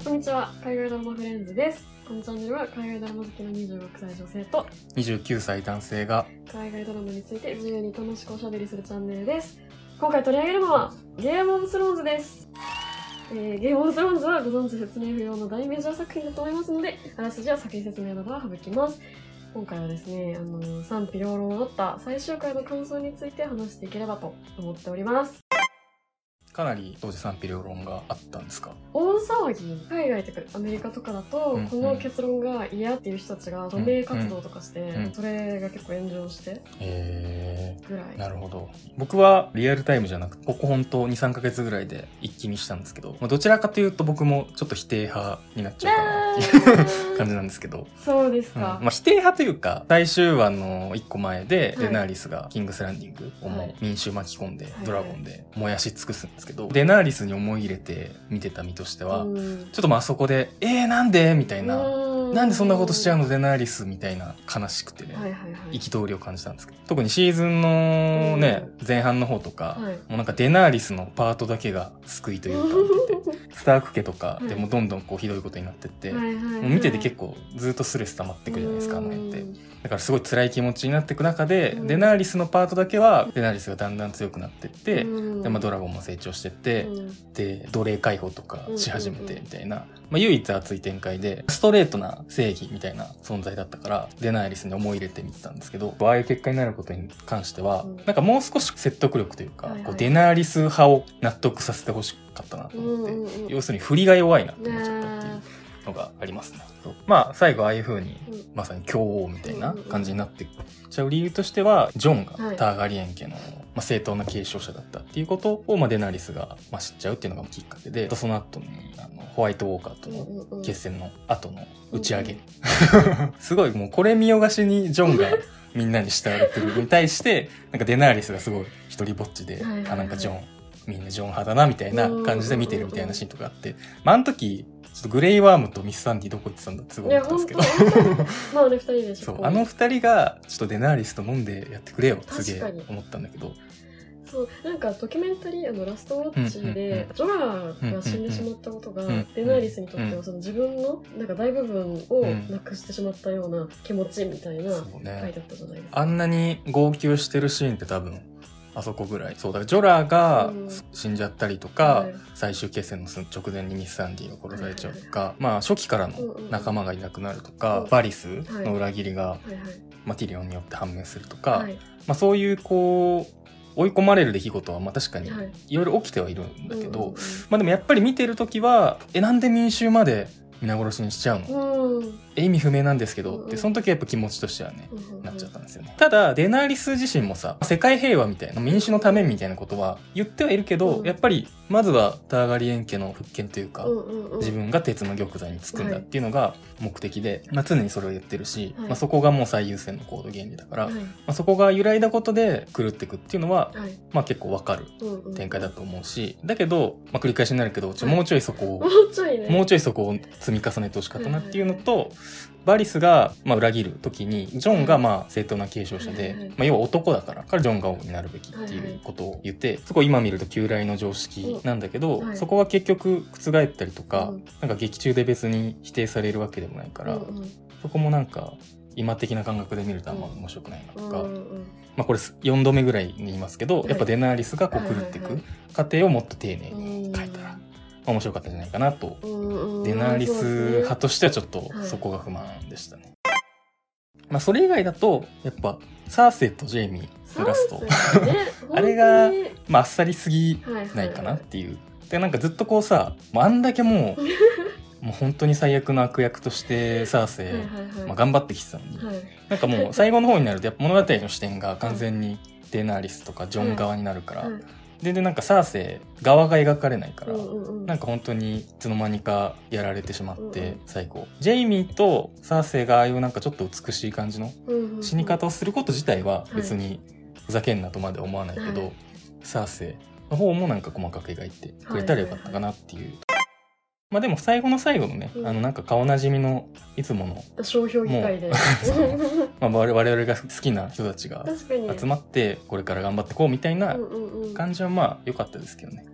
こんにちは、海外ドラマフレンズです。このチャンネルは海外ドラマ好きの26歳女性と 29歳男性が海外ドラマについて自由に楽しくおしゃべりするチャンネルです。今回取り上げるのはゲームオブスローンズです。ゲームオブスローンズはご存知説明不要の大メジャー作品だと思いますので、あらすじは先に説明などは省きます。今回はですね、賛否両論あった最終回の感想について話していければと思っております。 かなり当時賛否両論があったんですか？ 大騒ぎ、海外とかアメリカとかだと、この結論が嫌っていう人たちが署名活動とかして、それが結構炎上してぐらい。 なるほど。僕はリアルタイムじゃなくて、ここ本当 2,3 ヶ月ぐらいで一気見したんですけど、どちらかというと僕もちょっと否定派になっちゃうかなっていう感じなんですけど。 そうですか。 否定派というか、最終話の1個前で、デナーリスがキングスランディングをもう民衆巻き込んで、ドラゴンで燃やし尽くすんですけど、デナーリスに思い入れて見てた身としては、ちょっとあそこで、なんでみたいな、なんでそんなことしちゃうのデナーリスみたいな悲しくてね、憤りを感じたんですけど、特にシーズンのね、前半の方とか、もうなんかデナーリスのパートだけが救いというか、スターク家とかでもどんどんこうひどいことになってって、もう見てて結構ずっとストレス溜まってくるじゃないですか、あの辺って。だからすごい辛い気持ちになっていく中で、デナーリスのパートだけは、デナーリスがだんだん強くなってって、でドラゴンも成長してって、で、奴隷解放とかし始めてみたいな、唯一熱い展開で、ストレートな正義みたいな存在だったから、デナーリスに思い入れて見てたんですけど、ああいう結果になることに関しては、なんかもう少し説得力というか、こうデナーリス派を納得させてほしかったなと思って、要するに振りが弱いなって思っちゃったっていうのがありますね。最後ああいう風に、まさに強王みたいな感じになってっちゃう理由としては、ジョンがターガリエン家の正当な継承者だったっていうことを、デナーリスが知っちゃうっていうのがきっかけで、その後にホワイトウォーカーとの決戦の後の打ち上げ。すごいもうこれ見よがしにジョンがみんなに慕われてるに対して、なんかデナーリスがすごい一人ぼっちで、なんかジョン、みんなジョン派だなみたいな感じで見てるみたいなシーンとかあって、あの時、ちょっとグレイワームとミスサンディどこ行ってたんだってすごい思ったんですけど。 あの二人でしょ。 そう、あの二人がちょっとデナーリスと飲んでやってくれよってすげえ思ったんだけど。 そう、なんかドキュメンタリー、ラストウォッチで、ジョラーが死んでしまったことが、デナーリスにとってはその自分のなんか大部分をなくしてしまったような気持ちみたいな書いてあったじゃないですか。 あんなに号泣してるシーンって多分、あそこぐらい。そうだ、ジョラーが死んじゃったりとか、最終決戦の直前にミスサンディが殺されちゃうとか、初期からの仲間がいなくなるとか、バリスの裏切りが、ティリオンによって判明するとか、そういうこう、追い込まれる出来事は確かにいろいろ起きてはいるんだけど、でもやっぱり見てるときは、なんで民衆まで皆殺しにしちゃうの、意味不明なんですけどって、その時はやっぱ気持ちとしてはね、なっちゃったんですよね。ただ、デナーリス自身もさ、世界平和みたいな、民主のためみたいなことは言ってはいるけど、やっぱり、まずはターガリエン家の復権というか、自分が鉄の玉座につくんだっていうのが目的で、常にそれを言ってるし、そこがもう最優先の行動原理だから、そこが揺らいだことで狂っていくっていうのは、結構わかる展開だと思うし、だけど、繰り返しになるけど、もうちょいそこを、もうちょいそこを積み重ねてほしかったなっていうのと、バリスが、裏切る時に、ジョンが正当な継承者で、要は男だから、ジョンが王になるべきっていうことを言って、そこ今見ると旧来の常識なんだけど、そこは結局覆ったりとか、なんか劇中で別に否定されるわけでもないから、そこもなんか、今的な感覚で見るとあんま面白くないなとか、これ4度目ぐらいに言いますけど、やっぱデナーリスがこう狂っていく過程をもっと丁寧に書いたら、面白かったんじゃないかなと。デナーリス派としてはちょっとそこが不満でしたね。それ以外だと、やっぱ、サーセイとジェイミーのラスト。あれが、あっさりすぎないかなっていう。で、なんかずっとこうさ、あんだけもう本当に最悪の悪役としてサーセイ、頑張ってきてたのに、なんかもう最後の方になるとやっぱ物語の視点が完全にデナーリスとかジョン側になるから、でなんかサーセイ側が描かれないから、なんか本当にいつの間にかやられてしまって、最後ジェイミーとサーセイがああいうなんかちょっと美しい感じの死に方をすること自体は別にふざけんなとまで思わないけど、サーセイの方もなんか細かく描いてくれたらよかったかなっていう。でも最後の最後のね、なんか顔なじみのいつもの商標議会で我々が好きな人たちが集まってこれから頑張ってこうみたいな感じは良かったですけどね。 あのメン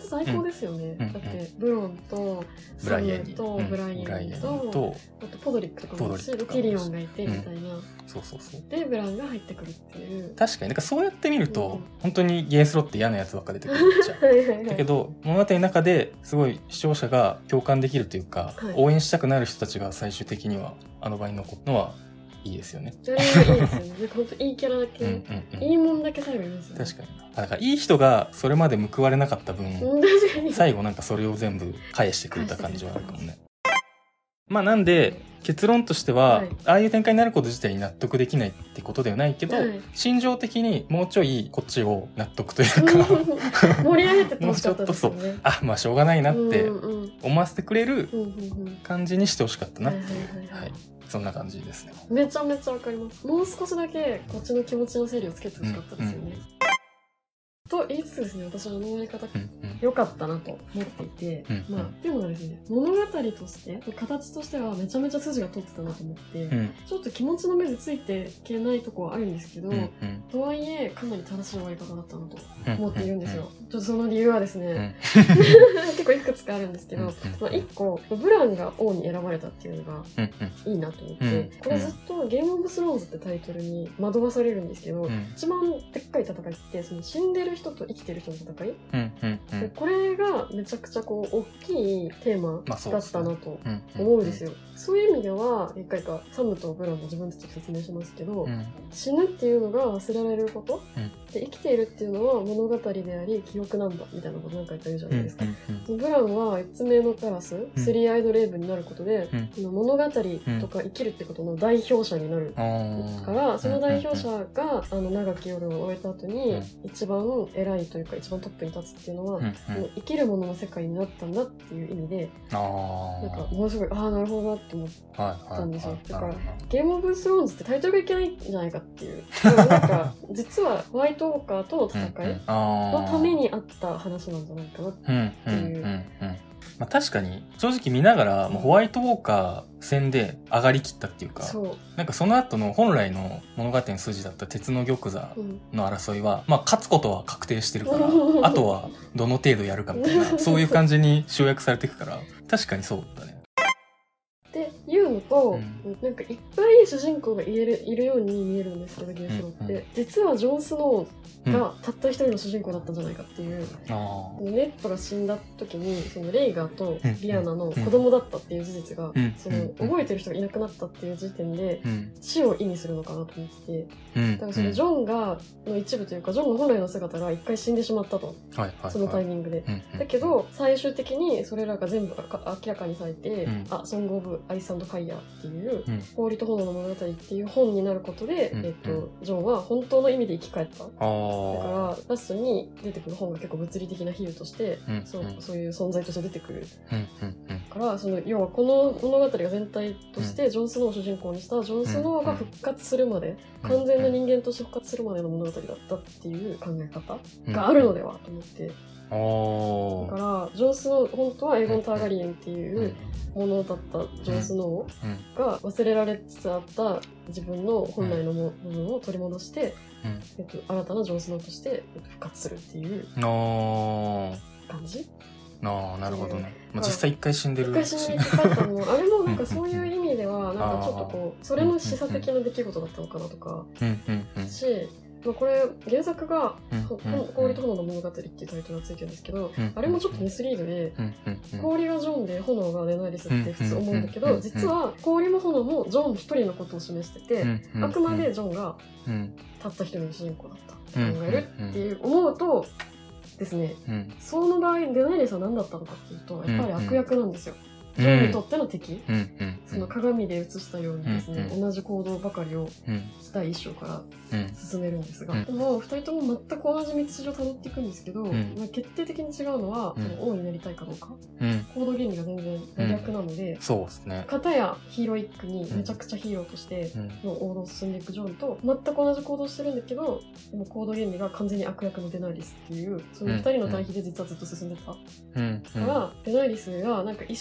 ツ最高ですよね。だってブロンとサムとブライエンとあとポドリックとかもいるし、ティリオンがいてみたいな、 そうそうそう。 でブランが入ってくるっていう。 確かになんかそうやって見ると、本当にゲースロって嫌なやつばっか出てくるじゃん。だけど物語の中ですごい視聴者が共感できるというか、応援したくなる人たちが最終的にはあの場に残るのはいいですよね。 それはいいですよね。なんか本当いいキャラだけ、いいもんだけ最後いますよね。 確かに。だからいい人がそれまで報われなかった分、最後なんかそれを全部返してくれた感じはあるかもね。まあなんで結論としては、ああいう展開になること自体に納得できないってことではないけど、心情的にもうちょいこっちを納得というか盛り上げててほしかったですよね。 もうちょっとそう、あ、まあしょうがないなって思わせてくれる感じにしてほしかったなっていう。はい。そんな感じですね。 めちゃめちゃわかります。もう少しだけこっちの気持ちの整理をつけてほしかったですよね。と言いつつですね、私はあのやり方良かったなと思っていて、まあっていうのはですね、物語として形としてはめちゃめちゃ筋が通ってたなと思って、ちょっと気持ちの目でついていけないとこはあるんですけど、とはいえかなり正しい終わり方だったなと思っているんですよ。ちょっとその理由はですね、結構いくつかあるんですけど、まあ1個ブランが王に選ばれたっていうのがいいなと思って、これずっとゲームオブスローンズってタイトルに惑わされるんですけど、一番でっかい戦いってその死んでる人と生きてる人の戦い、これがめちゃくちゃこう大きいテーマだったなと思うんですよ。そういう意味では一回かサムとブランも自分たちで説明しますけど、死ぬっていうのが忘れられること、で生きているっていうのは物語であり記憶なんだみたいなことなんか言ったら言うじゃないですか。ブランは5つ目のカラス、スリーアイドレイブになることで、物語とか生きるってことの代表者になるから、その代表者が長き夜を終えた後に一番偉いというか一番トップに立つっていうのは、生きるものの世界になったんだっていう意味で、なんかものすごいなるほどなって思ったんですよ。だからゲームオブスローンズってタイトルがいけないんじゃないかっていう、なんか実はホワイトウォーカーとの戦いのためにあった話なんじゃないかなっていう。 まあ確かに正直見ながら、ホワイトウォーカー戦で上がりきったっていうか、なんかその後の本来の物語の筋だった鉄の玉座の争いは、まあ勝つことは確定してるからあとはどの程度やるかみたいなそういう感じに集約されていくから、確かにそうだね。 っていうのと、なんかいっぱい主人公がいるように見えるんですけど、ゲースロって、実はジョン・スノーがたった一人の主人公だったんじゃないかっていう、ネットが死んだ時にそのレイガーとリアナの子供だったっていう事実が、その覚えてる人がいなくなったっていう時点で、死を意味するのかなと思ってて、だからそのジョンの一部というかジョンの本来の姿が一回死んでしまったと、そのタイミングで、だけど最終的にそれらが全部明らかにされて、ソング・オブ・アイス&ファイヤーっていう、氷と炎の物語っていう本になることで、ジョンは本当の意味で生き返った。だからラストに出てくる本が結構物理的な比喩として、そういう存在として出てくる。から要はこの物語が全体としてジョン・スノーを主人公にしたジョン・スノーが復活するまで、完全な人間として復活するまでの物語だったっていう考え方があるのではと思って。だからジョン・スノー、本当はエゴン・ターガリエンっていうものだったジョン・スノーが忘れられつつあった自分の本来のものを取り戻して、新たなジョン・スノーとして復活するっていう感じ。 なるほどね。まあ、実際一回死んでるし。 一回死んでたのもあれもなんかそういう意味ではなんかちょっとこうそれの示唆的な出来事だったのかなとかし、これ原作が氷と炎の物語っていうタイトルがついてるんですけど、あれもちょっとミスリードで、氷がジョンで炎がデナイリスって普通思うんだけど、実は氷も炎もジョン一人のことを示してて、あくまでジョンがたった一人の主人公だったって考えるっていう思うとですね、その場合デナイリスは何だったのかっていうと、やっぱり悪役なんですよ。ジョンにとっての敵、その鏡で映したようにですね、同じ行動ばかりを第一章から進めるんですが、でも2人とも全く同じ道筋をたどっていくんですけど、決定的に違うのは、その王になりたいかどうか、行動原理が全然真逆なので、 そうですね。 片やヒーロイックにめちゃくちゃヒーローとしての王道を進んでいくジョンと、全く同じ行動してるんだけど、でも行動原理が完全に悪役のデナイリスっていう、その2人の対比で実はずっと進んでた。だから、デナイリスがなんか一瞬見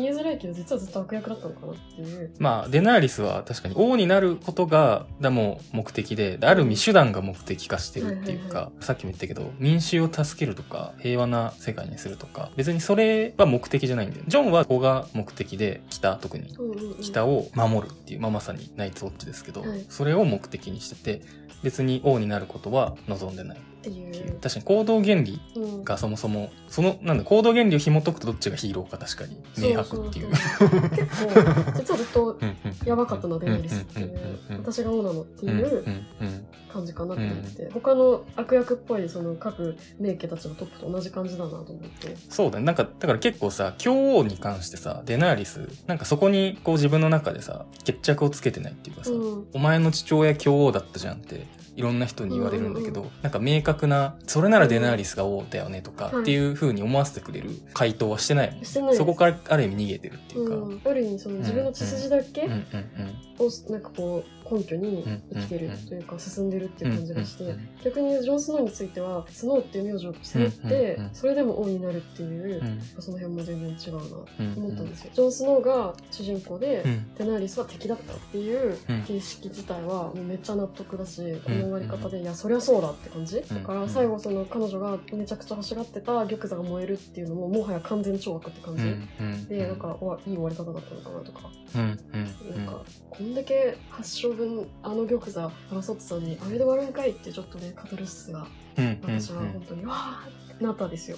見えづらいけど、実はずっと悪役だったのかなっていう。 まあ、デナーリスは確かに王になることが、もう目的で、ある意味手段が目的化してるっていうか、さっきも言ったけど、民衆を助けるとか、平和な世界にするとか、別にそれは目的じゃないんだよ。ジョンはここが目的で、特に北を守るっていう、まあまさにナイツウォッチですけど、それを目的にしてて、別に王になることは望んでないっていう。確かに行動原理がそもそも、行動原理を紐解くとどっちがヒーローか確かに明白っていう。 結構、実はずっとやばかったので、デナリスっていう、私が王なのっていう感じかなって思って、他の悪役っぽいその各名家たちのトップと同じ感じだなと思って。 そうだね。だから結構さ、教王に関してさ、デナーリス、そこにこう自分の中でさ、決着をつけてないっていうかさ、お前の父親教王だったじゃんって、いろんな人に言われるんだけど、明確な、それならデナーリスが王だよねとかっていう風に思わせてくれる回答はしてないもん。 してない。 そこからある意味逃げてるっていうか。 ある意味その自分の血筋だけを根拠に生きてるというか進んでるっていう感じがして、逆にジョン・スノーについてはスノーっていう名字を背負ってそれでも王になるっていう、その辺も全然違うなと思ったんですよ。ジョン・スノーが主人公で、デナーリスは敵だったっていう形式自体はもうめっちゃ納得だし、この終わり方でいやそりゃそうだって感じだから最後その彼女がめちゃくちゃ欲しがってた玉座が燃えるっていうのももはや完全懲悪って感じで、いい終わり方だったのかなとか、こんだけ8勝分あの玉座争ってたのにあれで終わるんかいってちょっとねカタルシスが私は本当にわーってなったんですよ。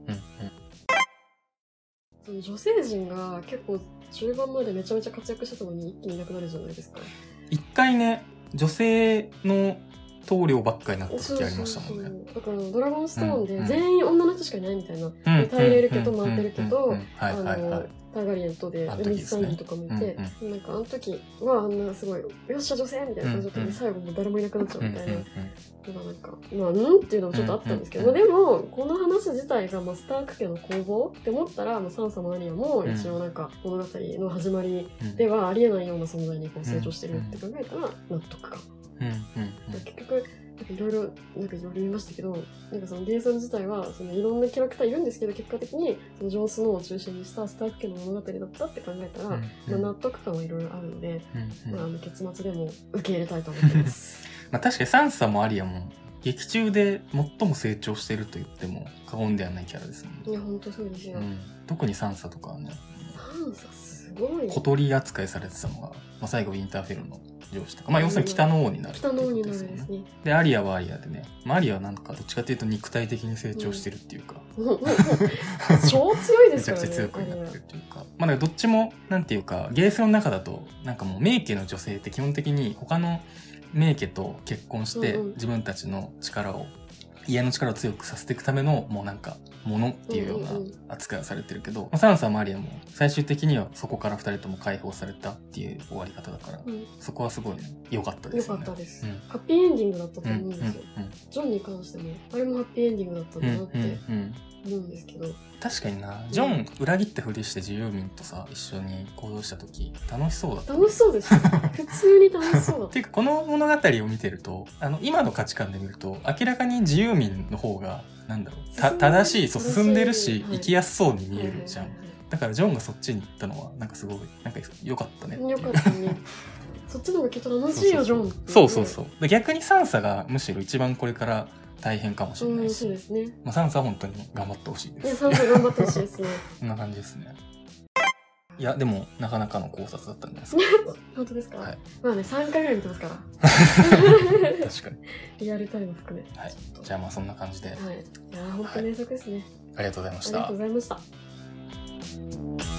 その女性陣が結構中盤までめちゃめちゃ活躍してたのに一気にいなくなるじゃないですか。 一回ね、女性の棟梁ばっかりになった時ありましたもんね。 だからドラゴンストーンで全員女の人しかいないみたいな、タイレル家とマーテル家とターガリエンとでミス・サンディとかもいて、あの時はあんなすごいよっしゃ女性みたいな感じだったのに最後も誰もいなくなっちゃうみたいなっていうのもちょっとあったんですけど、でもこの話自体がスターク家の攻防って思ったらサンサもアリアも一応物語の始まりではありえないような存在にこう成長してるって考えたら納得感。結局いろいろ言いましたけど、そのゲイさん自体はそのいろんなキャラクターいるんですけど、結果的にそのジョン・スノーを中心にしたスターク家の物語だったって考えたら、納得感はいろいろあるので、結末でも受け入れたいと思ってます。 確かにサンサもアリアも劇中で最も成長していると言っても過言ではないキャラですもんね。 いや本当そうですよ。 特にサンサとかはね、 サンサすごい小鳥扱いされてたのが、最後ウィンターフェルの上司とか、要するに北の王になるってことですよね。で、アリアはアリアでね、アリアはどっちかというと肉体的に成長してるっていうか、 超強いですからね。 めちゃくちゃ強くなってるっていうか、どっちもなんていうか、ゲースの中だともう名家の女性って基本的に他の名家と結婚して自分たちの家の力を強くさせていくためのものっていうような扱いをされてるけど、サンサもアリアも最終的にはそこから2人とも解放されたっていう終わり方だから、そこはすごい良かったですよね。 良かったです。ハッピーエンディングだったと思うんですよ。ジョンに関してもあれもハッピーエンディングだったんだなって思うんですけど、 確かにな、ジョン裏切ったふりして自由民とさ一緒に行動した時楽しそうだった。 楽しそうでした普通に楽しそうだった。 っていうかこの物語を見てると、今の価値観で見ると明らかに自由民の方が正しい、進んでるし、生きやすそうに見えるじゃん。だからジョンがそっちに行ったのはすごい良かったね。 良かったね。そっちの方がきっと楽しいよジョン。 そう逆にサンサがむしろ一番これから大変かもしれないし、 そうですね。 サンサは本当に頑張ってほしいです。 いやサンサ頑張ってほしいですね。 こんな感じですね。いやでもなかなかの考察だったんじゃないですか。 本当ですか。3回ぐらい見てますから。 確かに。 リアルタイム含め。 はい。じゃあそんな感じで。 いや本当に名作ですね。 ありがとうございました。 ありがとうございました。